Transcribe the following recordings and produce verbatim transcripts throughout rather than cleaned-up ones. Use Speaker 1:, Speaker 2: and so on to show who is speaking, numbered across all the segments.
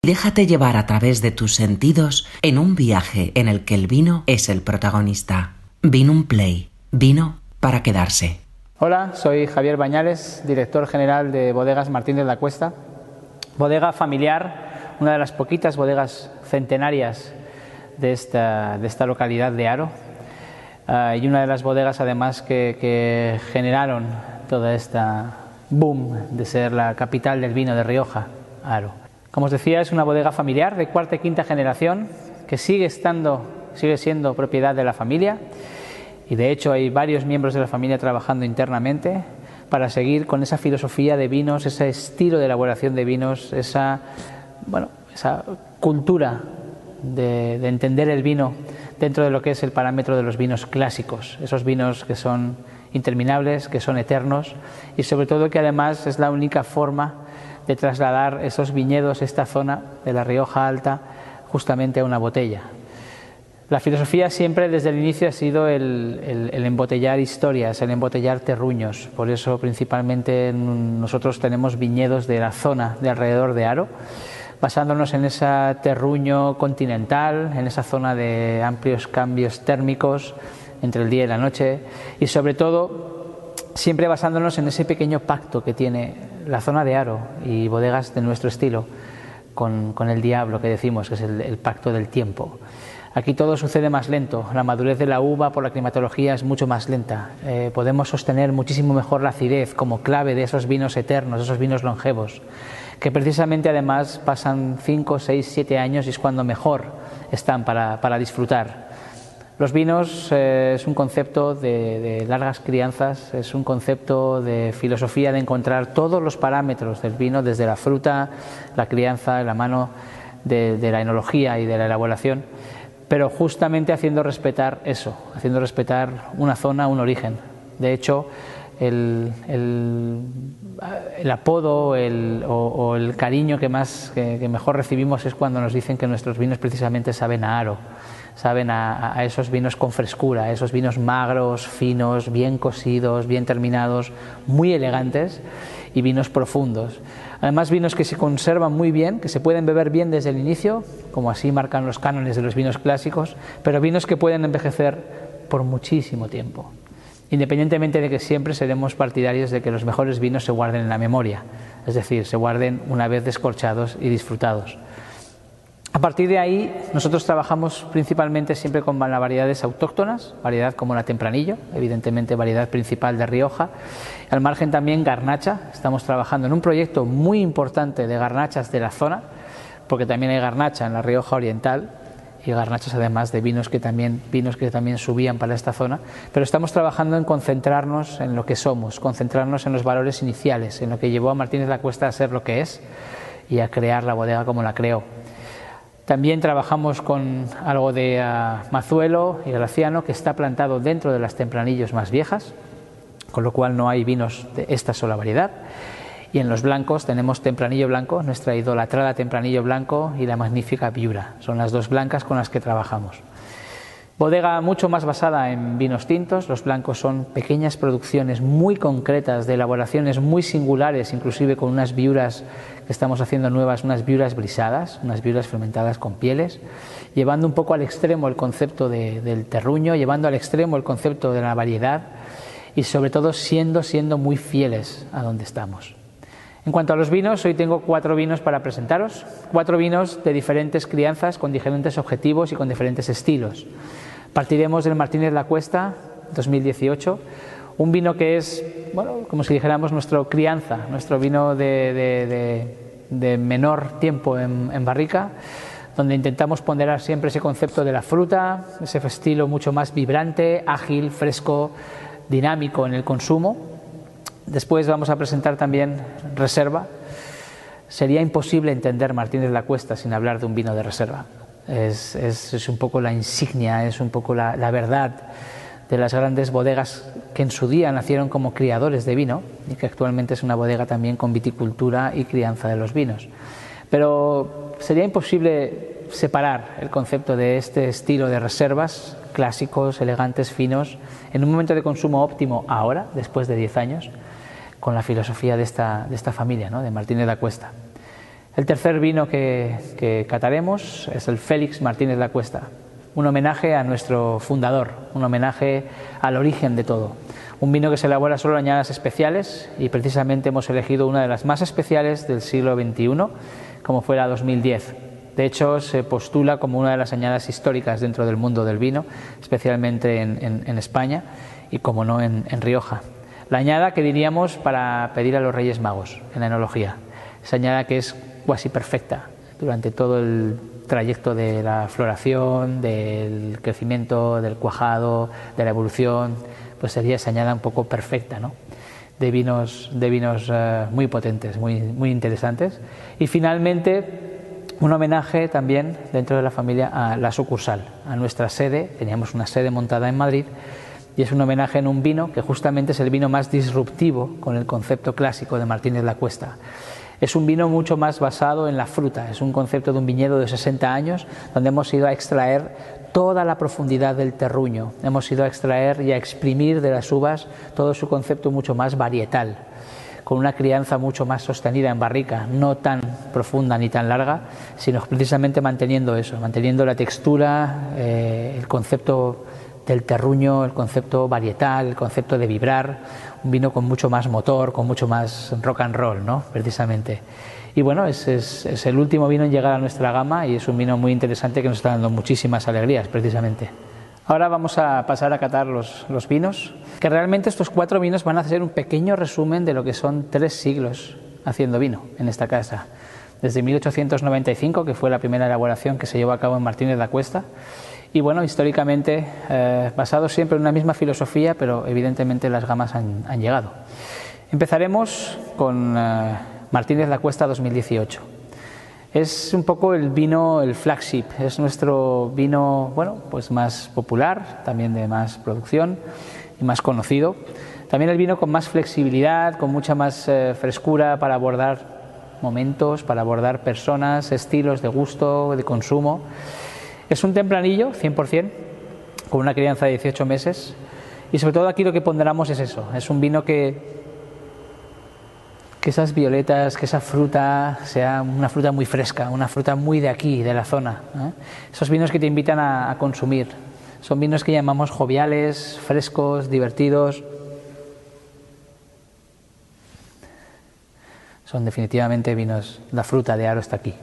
Speaker 1: Déjate llevar a través de tus sentidos en un viaje en el que el vino es el protagonista. Vino un Play. Vino para quedarse.
Speaker 2: Hola, soy Javier Bañales, director general de Bodegas Martínez La Cuesta. Bodega familiar, una de las poquitas bodegas centenarias de esta, de esta localidad de Haro. Uh, y una de las bodegas además que, que generaron toda esta boom de ser la capital del vino de Rioja, Haro. Como os decía, es una bodega familiar de cuarta y quinta generación que sigue estando, sigue siendo propiedad de la familia, y de hecho hay varios miembros de la familia trabajando internamente para seguir con esa filosofía de vinos, ese estilo de elaboración de vinos, esa, bueno, esa cultura de, de entender el vino dentro de lo que es el parámetro de los vinos clásicos, esos vinos que son interminables, que son eternos, y sobre todo que además es la única forma de trasladar esos viñedos, esta zona de la Rioja Alta, justamente a una botella. La filosofía siempre desde el inicio ha sido el, el, el embotellar historias, el embotellar terruños. Por eso principalmente nosotros tenemos viñedos de la zona de alrededor de Haro, basándonos en ese terruño continental, en esa zona de amplios cambios térmicos entre el día y la noche, y sobre todo siempre basándonos en ese pequeño pacto que tiene la zona de Haro y bodegas de nuestro estilo con, con el diablo, que decimos que es el, el pacto del tiempo. Aquí todo sucede más lento, la madurez de la uva por la climatología es mucho más lenta, eh, podemos sostener muchísimo mejor la acidez como clave de esos vinos eternos, esos vinos longevos, que precisamente además pasan cinco, seis, siete años y es cuando mejor están para, para disfrutar. Los vinos eh, es un concepto de, de largas crianzas, es un concepto de filosofía de encontrar todos los parámetros del vino, desde la fruta, la crianza, la mano de, de la enología y de la elaboración, pero justamente haciendo respetar eso, haciendo respetar una zona, un origen. De hecho, el, el, el apodo el, o, o el cariño que, más, que, que mejor recibimos es cuando nos dicen que nuestros vinos precisamente saben a Haro. Saben a, a esos vinos con frescura, a esos vinos magros, finos, bien cocidos, bien terminados, muy elegantes, y vinos profundos. Además, vinos que se conservan muy bien, que se pueden beber bien desde el inicio, como así marcan los cánones de los vinos clásicos, pero vinos que pueden envejecer por muchísimo tiempo, independientemente de que siempre seremos partidarios de que los mejores vinos se guarden en la memoria, es decir, se guarden una vez descorchados y disfrutados. A partir de ahí, nosotros trabajamos principalmente siempre con las variedades autóctonas, variedad como la Tempranillo, evidentemente variedad principal de Rioja, al margen también garnacha. Estamos trabajando en un proyecto muy importante de garnachas de la zona, porque también hay garnacha en la Rioja Oriental y garnachas además de vinos que también, vinos que también subían para esta zona, pero estamos trabajando en concentrarnos en lo que somos, concentrarnos en los valores iniciales, en lo que llevó a Martínez La Cuesta a ser lo que es y a crear la bodega como la creó. También trabajamos con algo de uh, Mazuelo y Graciano, que está plantado dentro de las Tempranillos más viejas, con lo cual no hay vinos de esta sola variedad. Y en los blancos tenemos Tempranillo Blanco, nuestra idolatrada Tempranillo Blanco, y la magnífica Viura. Son las dos blancas con las que trabajamos. Bodega mucho más basada en vinos tintos. Los blancos son pequeñas producciones muy concretas de elaboraciones muy singulares, inclusive con unas viuras que estamos haciendo nuevas, unas viuras brisadas, unas viuras fermentadas con pieles, llevando un poco al extremo el concepto de, del terruño, llevando al extremo el concepto de la variedad y sobre todo siendo, siendo muy fieles a donde estamos. En cuanto a los vinos, hoy tengo cuatro vinos para presentaros, cuatro vinos de diferentes crianzas, con diferentes objetivos y con diferentes estilos. Partiremos del Martínez La Cuesta dos mil dieciocho, un vino que es, bueno, como si dijéramos nuestro crianza, nuestro vino de, de, de, de menor tiempo en, en barrica, donde intentamos ponderar siempre ese concepto de la fruta, ese estilo mucho más vibrante, ágil, fresco, dinámico en el consumo. Después vamos a presentar también Reserva. Sería imposible entender Martínez La Cuesta sin hablar de un vino de reserva. Es, es, es un poco la insignia, es un poco la, la verdad de las grandes bodegas que en su día nacieron como criadores de vino y que actualmente es una bodega también con viticultura y crianza de los vinos. Pero sería imposible separar el concepto de este estilo de reservas clásicos, elegantes, finos, en un momento de consumo óptimo ahora, después de diez años, con la filosofía de esta, de esta familia, ¿no?, de Martínez La Cuesta. El tercer vino que, que cataremos es el Félix Martínez La Cuesta, un homenaje a nuestro fundador, un homenaje al origen de todo. Un vino que se elabora solo en añadas especiales y precisamente hemos elegido una de las más especiales del siglo veintiuno, como fue la dos mil diez. De hecho, se postula como una de las añadas históricas dentro del mundo del vino, especialmente en, en, en España y, como no, en, en Rioja. La añada que diríamos para pedir a los Reyes Magos en la enología. Esa añada que es cuasi perfecta durante todo el trayecto de la floración, del crecimiento, del cuajado, de la evolución, pues sería esa añada un poco perfecta, ¿no? de vinos, de vinos uh, muy potentes, muy, muy interesantes. Y finalmente, un homenaje también dentro de la familia a la sucursal, a nuestra sede. Teníamos una sede montada en Madrid y es un homenaje en un vino que justamente es el vino más disruptivo con el concepto clásico de Martínez La Cuesta. Es un vino mucho más basado en la fruta, es un concepto de un viñedo de sesenta años donde hemos ido a extraer toda la profundidad del terruño, hemos ido a extraer y a exprimir de las uvas todo su concepto mucho más varietal, con una crianza mucho más sostenida en barrica, no tan profunda ni tan larga, sino precisamente manteniendo eso, manteniendo la textura, eh, el concepto del terruño, el concepto varietal, el concepto de vibrar, un vino con mucho más motor, con mucho más rock and roll, ¿no? Precisamente. Y bueno, es, es, es el último vino en llegar a nuestra gama y es un vino muy interesante que nos está dando muchísimas alegrías, precisamente. Ahora vamos a pasar a catar los, los vinos, que realmente estos cuatro vinos van a hacer un pequeño resumen de lo que son tres siglos haciendo vino en esta casa. Desde mil ochocientos noventa y cinco, que fue la primera elaboración que se llevó a cabo en Martínez La Cuesta, y bueno, históricamente eh, basado siempre en una misma filosofía, pero evidentemente las gamas han, han llegado. Empezaremos con eh, Martínez La Cuesta dos mil dieciocho. Es un poco el vino, el flagship, es nuestro vino, bueno, pues más popular, también de más producción y más conocido. También el vino con más flexibilidad, con mucha más eh, frescura para abordar momentos, para abordar personas, estilos de gusto, de consumo. Es un tempranillo, cien por cien, con una crianza de dieciocho meses y sobre todo aquí lo que ponderamos es eso, es un vino que, que esas violetas, que esa fruta sea una fruta muy fresca, una fruta muy de aquí, de la zona, ¿eh? Esos vinos que te invitan a, a consumir, son vinos que llamamos joviales, frescos, divertidos, son definitivamente vinos, la fruta de Aro está aquí.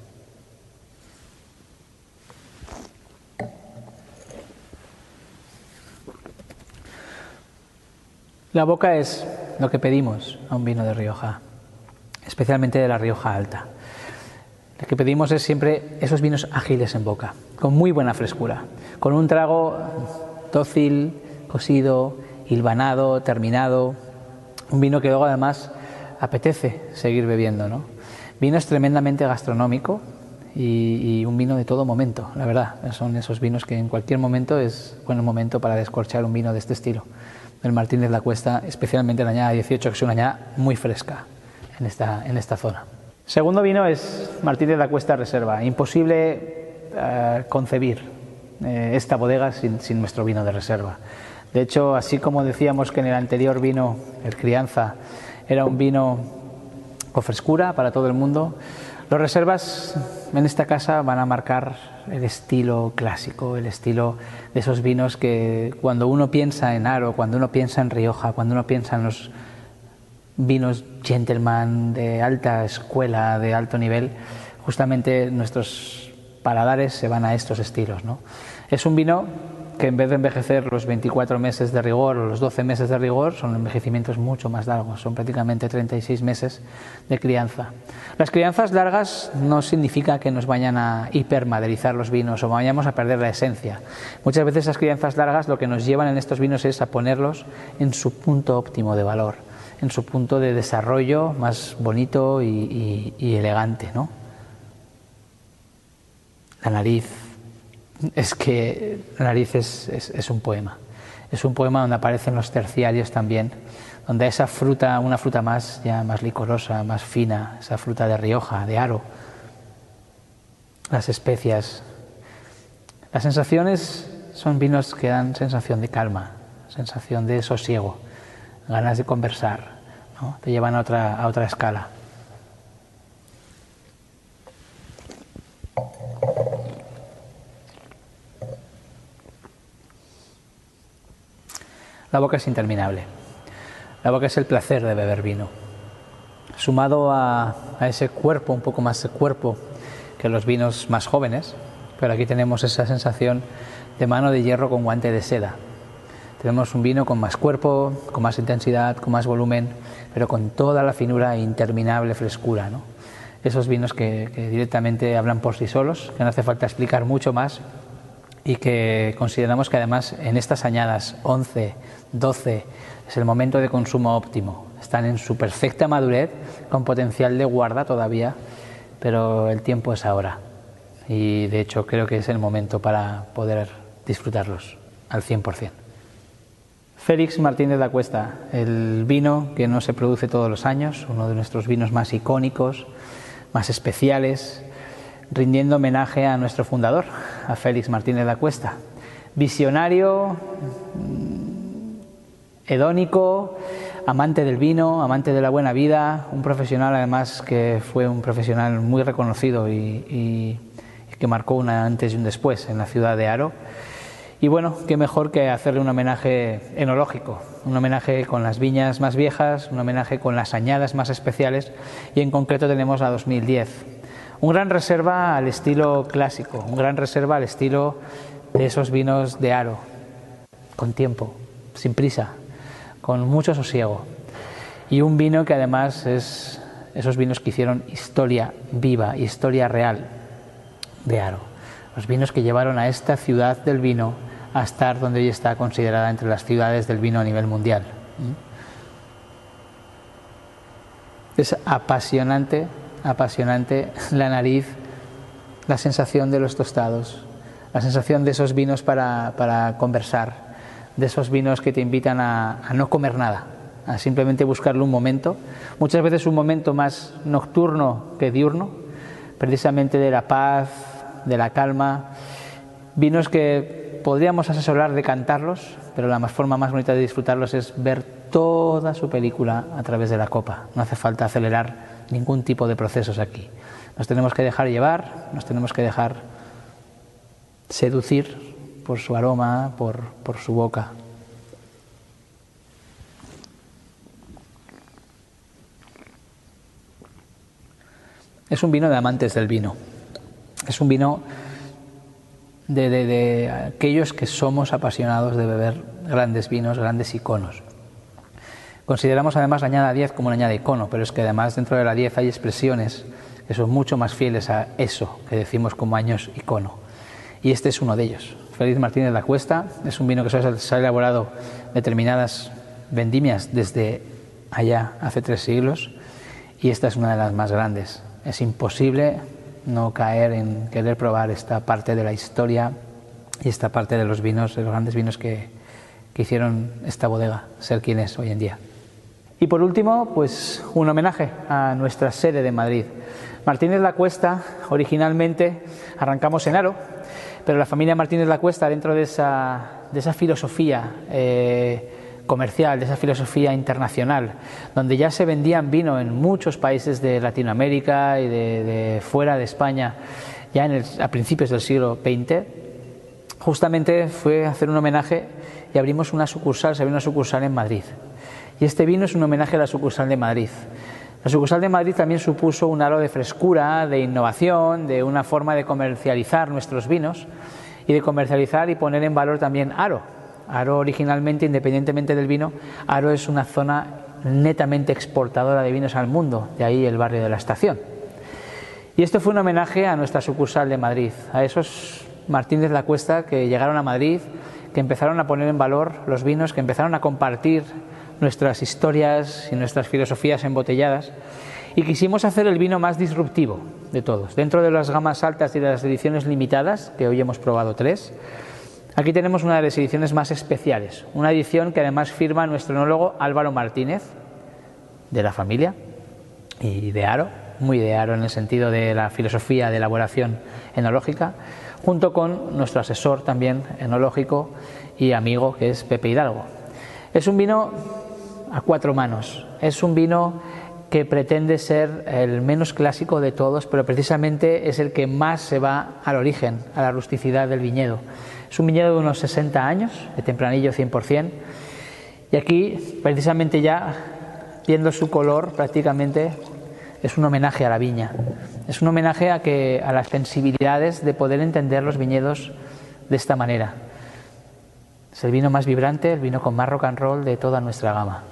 Speaker 2: La boca es lo que pedimos a un vino de Rioja, especialmente de la Rioja Alta. Lo que pedimos es siempre esos vinos ágiles en boca, con muy buena frescura, con un trago dócil, cosido, hilvanado, terminado, un vino que luego además apetece seguir bebiendo, ¿no? Vino es tremendamente gastronómico y, y un vino de todo momento, la verdad. Son esos vinos que en cualquier momento es buen momento para descorchar un vino de este estilo. El Martínez La Cuesta, especialmente la añada dieciocho, que es una añada muy fresca en esta, en esta zona. Segundo vino es Martínez La Cuesta Reserva. Imposible uh, concebir eh, esta bodega sin, sin nuestro vino de reserva. De hecho, así como decíamos que en el anterior vino, el Crianza, era un vino con frescura para todo el mundo, los reservas en esta casa van a marcar el estilo clásico, el estilo de esos vinos que cuando uno piensa en Aro, cuando uno piensa en Rioja, cuando uno piensa en los vinos gentleman de alta escuela, de alto nivel, justamente nuestros paladares se van a estos estilos, ¿no? Es un vino que en vez de envejecer los veinticuatro meses de rigor o los doce meses de rigor, son envejecimientos mucho más largos, son prácticamente treinta y seis meses de crianza. Las crianzas largas no significa que nos vayan a hipermaderizar los vinos o vayamos a perder la esencia. Muchas veces las crianzas largas lo que nos llevan en estos vinos es a ponerlos en su punto óptimo de valor, en su punto de desarrollo más bonito y, y, y elegante, ¿no? La nariz, es que la nariz es, es, es un poema, es un poema donde aparecen los terciarios también, donde esa fruta, una fruta más, ya más licorosa, más fina, esa fruta de Rioja, de Aro, las especias. Las sensaciones son vinos que dan sensación de calma, sensación de sosiego, ganas de conversar, ¿no? Te llevan a otra, a otra escala. La boca es interminable. La boca es el placer de beber vino. Sumado a, a ese cuerpo, un poco más de cuerpo que los vinos más jóvenes, pero aquí tenemos esa sensación de mano de hierro con guante de seda. Tenemos un vino con más cuerpo, con más intensidad, con más volumen, pero con toda la finura e interminable frescura, ¿no? Esos vinos que, que directamente hablan por sí solos, que no hace falta explicar mucho más y que consideramos que además en estas añadas once, doce es el momento de consumo óptimo. Están en su perfecta madurez, con potencial de guarda todavía, pero el tiempo es ahora y de hecho creo que es el momento para poder disfrutarlos al cien por cien. Félix Martínez de la Cuesta, el vino que no se produce todos los años, uno de nuestros vinos más icónicos, más especiales, rindiendo homenaje a nuestro fundador, a Félix Martínez de la Cuesta, visionario, hedónico, amante del vino, amante de la buena vida, un profesional además que fue un profesional muy reconocido y, y, y que marcó un antes y un después en la ciudad de Haro. Y bueno, qué mejor que hacerle un homenaje enológico, un homenaje con las viñas más viejas, un homenaje con las añadas más especiales, y en concreto tenemos la dos mil diez. Un gran reserva al estilo clásico, un gran reserva al estilo de esos vinos de Haro, con tiempo, sin prisa, con mucho sosiego. Y un vino que además es esos vinos que hicieron historia viva, historia real de Haro. Los vinos que llevaron a esta ciudad del vino a estar donde hoy está considerada entre las ciudades del vino a nivel mundial. Es apasionante, apasionante la nariz, la sensación de los tostados, la sensación de esos vinos para, para conversar, de esos vinos que te invitan a, a no comer nada, a simplemente buscarle un momento, muchas veces un momento más nocturno que diurno, precisamente de la paz, de la calma, vinos que podríamos asesorar de cantarlos, pero la forma más bonita de disfrutarlos es ver toda su película a través de la copa. No hace falta acelerar ningún tipo de procesos aquí. Nos tenemos que dejar llevar, nos tenemos que dejar seducir por su aroma, por, por su boca. Es un vino de amantes del vino. Es un vino de, de, de aquellos que somos apasionados de beber grandes vinos, grandes iconos. Consideramos además la añada diez como una añada icono, pero es que además dentro de la diez hay expresiones que son mucho más fieles a eso que decimos como años icono. Y este es uno de ellos. Félix Martínez de la Cuesta es un vino que se ha elaborado determinadas vendimias desde allá hace tres siglos y esta es una de las más grandes. Es imposible no caer en querer probar esta parte de la historia y esta parte de los vinos, de los grandes vinos que, que hicieron esta bodega ser quien es hoy en día. Y por último, pues un homenaje a nuestra sede de Madrid. Martínez de la Cuesta, originalmente arrancamos en Haro, pero la familia Martínez de la Cuesta, dentro de esa, de esa filosofía eh, comercial, de esa filosofía internacional, donde ya se vendían vino en muchos países de Latinoamérica y de, de fuera de España, ya en el, a principios del siglo veinte, justamente fue hacer un homenaje y abrimos una sucursal, se abrió una sucursal en Madrid. Y este vino es un homenaje a la sucursal de Madrid. La sucursal de Madrid también supuso un halo de frescura, de innovación, de una forma de comercializar nuestros vinos y de comercializar y poner en valor también Haro. Haro originalmente, independientemente del vino, Haro es una zona netamente exportadora de vinos al mundo, de ahí el barrio de la Estación. Y esto fue un homenaje a nuestra sucursal de Madrid, a esos Martínez de la Cuesta que llegaron a Madrid, que empezaron a poner en valor los vinos, que empezaron a compartir nuestras historias y nuestras filosofías embotelladas, y quisimos hacer el vino más disruptivo de todos. Dentro de las gamas altas y de las ediciones limitadas, que hoy hemos probado tres, aquí tenemos una de las ediciones más especiales, una edición que además firma nuestro enólogo Álvaro Martínez, de la familia y de Haro, muy de Haro en el sentido de la filosofía de elaboración enológica, junto con nuestro asesor también enológico y amigo, que es Pepe Hidalgo. Es un vino a cuatro manos, es un vino que pretende ser el menos clásico de todos, pero precisamente es el que más se va al origen, a la rusticidad del viñedo. Es un viñedo de unos sesenta años, de tempranillo cien por cien, Y aquí, precisamente ya, viendo su color, prácticamente es un homenaje a la viña. Es un homenaje a, que, a las sensibilidades de poder entender los viñedos de esta manera. Es el vino más vibrante, el vino con más rock and roll de toda nuestra gama.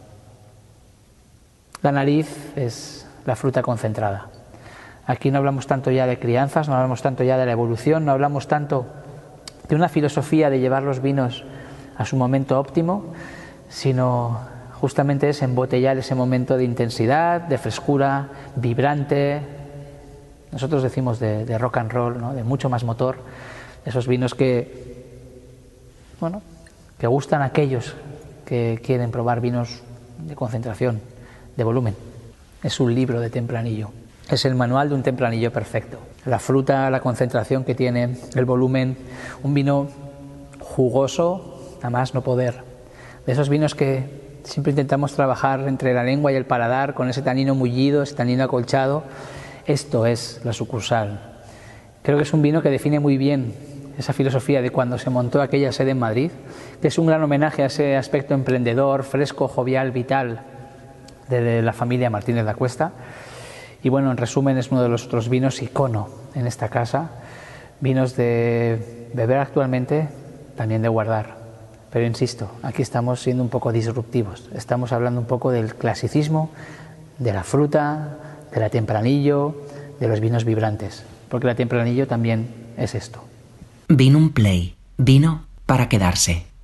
Speaker 2: La nariz es la fruta concentrada. Aquí no hablamos tanto ya de crianzas, no hablamos tanto ya de la evolución, no hablamos tanto de una filosofía de llevar los vinos a su momento óptimo, sino justamente es embotellar ese momento de intensidad, de frescura, vibrante. Nosotros decimos de, de rock and roll, ¿no? De mucho más motor. Esos vinos que, bueno, que gustan a aquellos que quieren probar vinos de concentración, de volumen. Es un libro de tempranillo. Es el manual de un tempranillo perfecto. La fruta, la concentración que tiene, el volumen, un vino jugoso, a más no poder. De esos vinos que siempre intentamos trabajar entre la lengua y el paladar, con ese tanino mullido, ese tanino acolchado. Esto es la sucursal. Creo que es un vino que define muy bien esa filosofía de cuando se montó aquella sede en Madrid, que es un gran homenaje a ese aspecto emprendedor, fresco, jovial, vital de la familia Martínez de la Cuesta. Y bueno, en resumen, es uno de los otros vinos icono en esta casa. Vinos de beber actualmente, también de guardar. Pero insisto, aquí estamos siendo un poco disruptivos. Estamos hablando un poco del clasicismo, de la fruta, de la tempranillo, de los vinos vibrantes. Porque la tempranillo también es esto.
Speaker 1: Vinum Play. Vino para quedarse.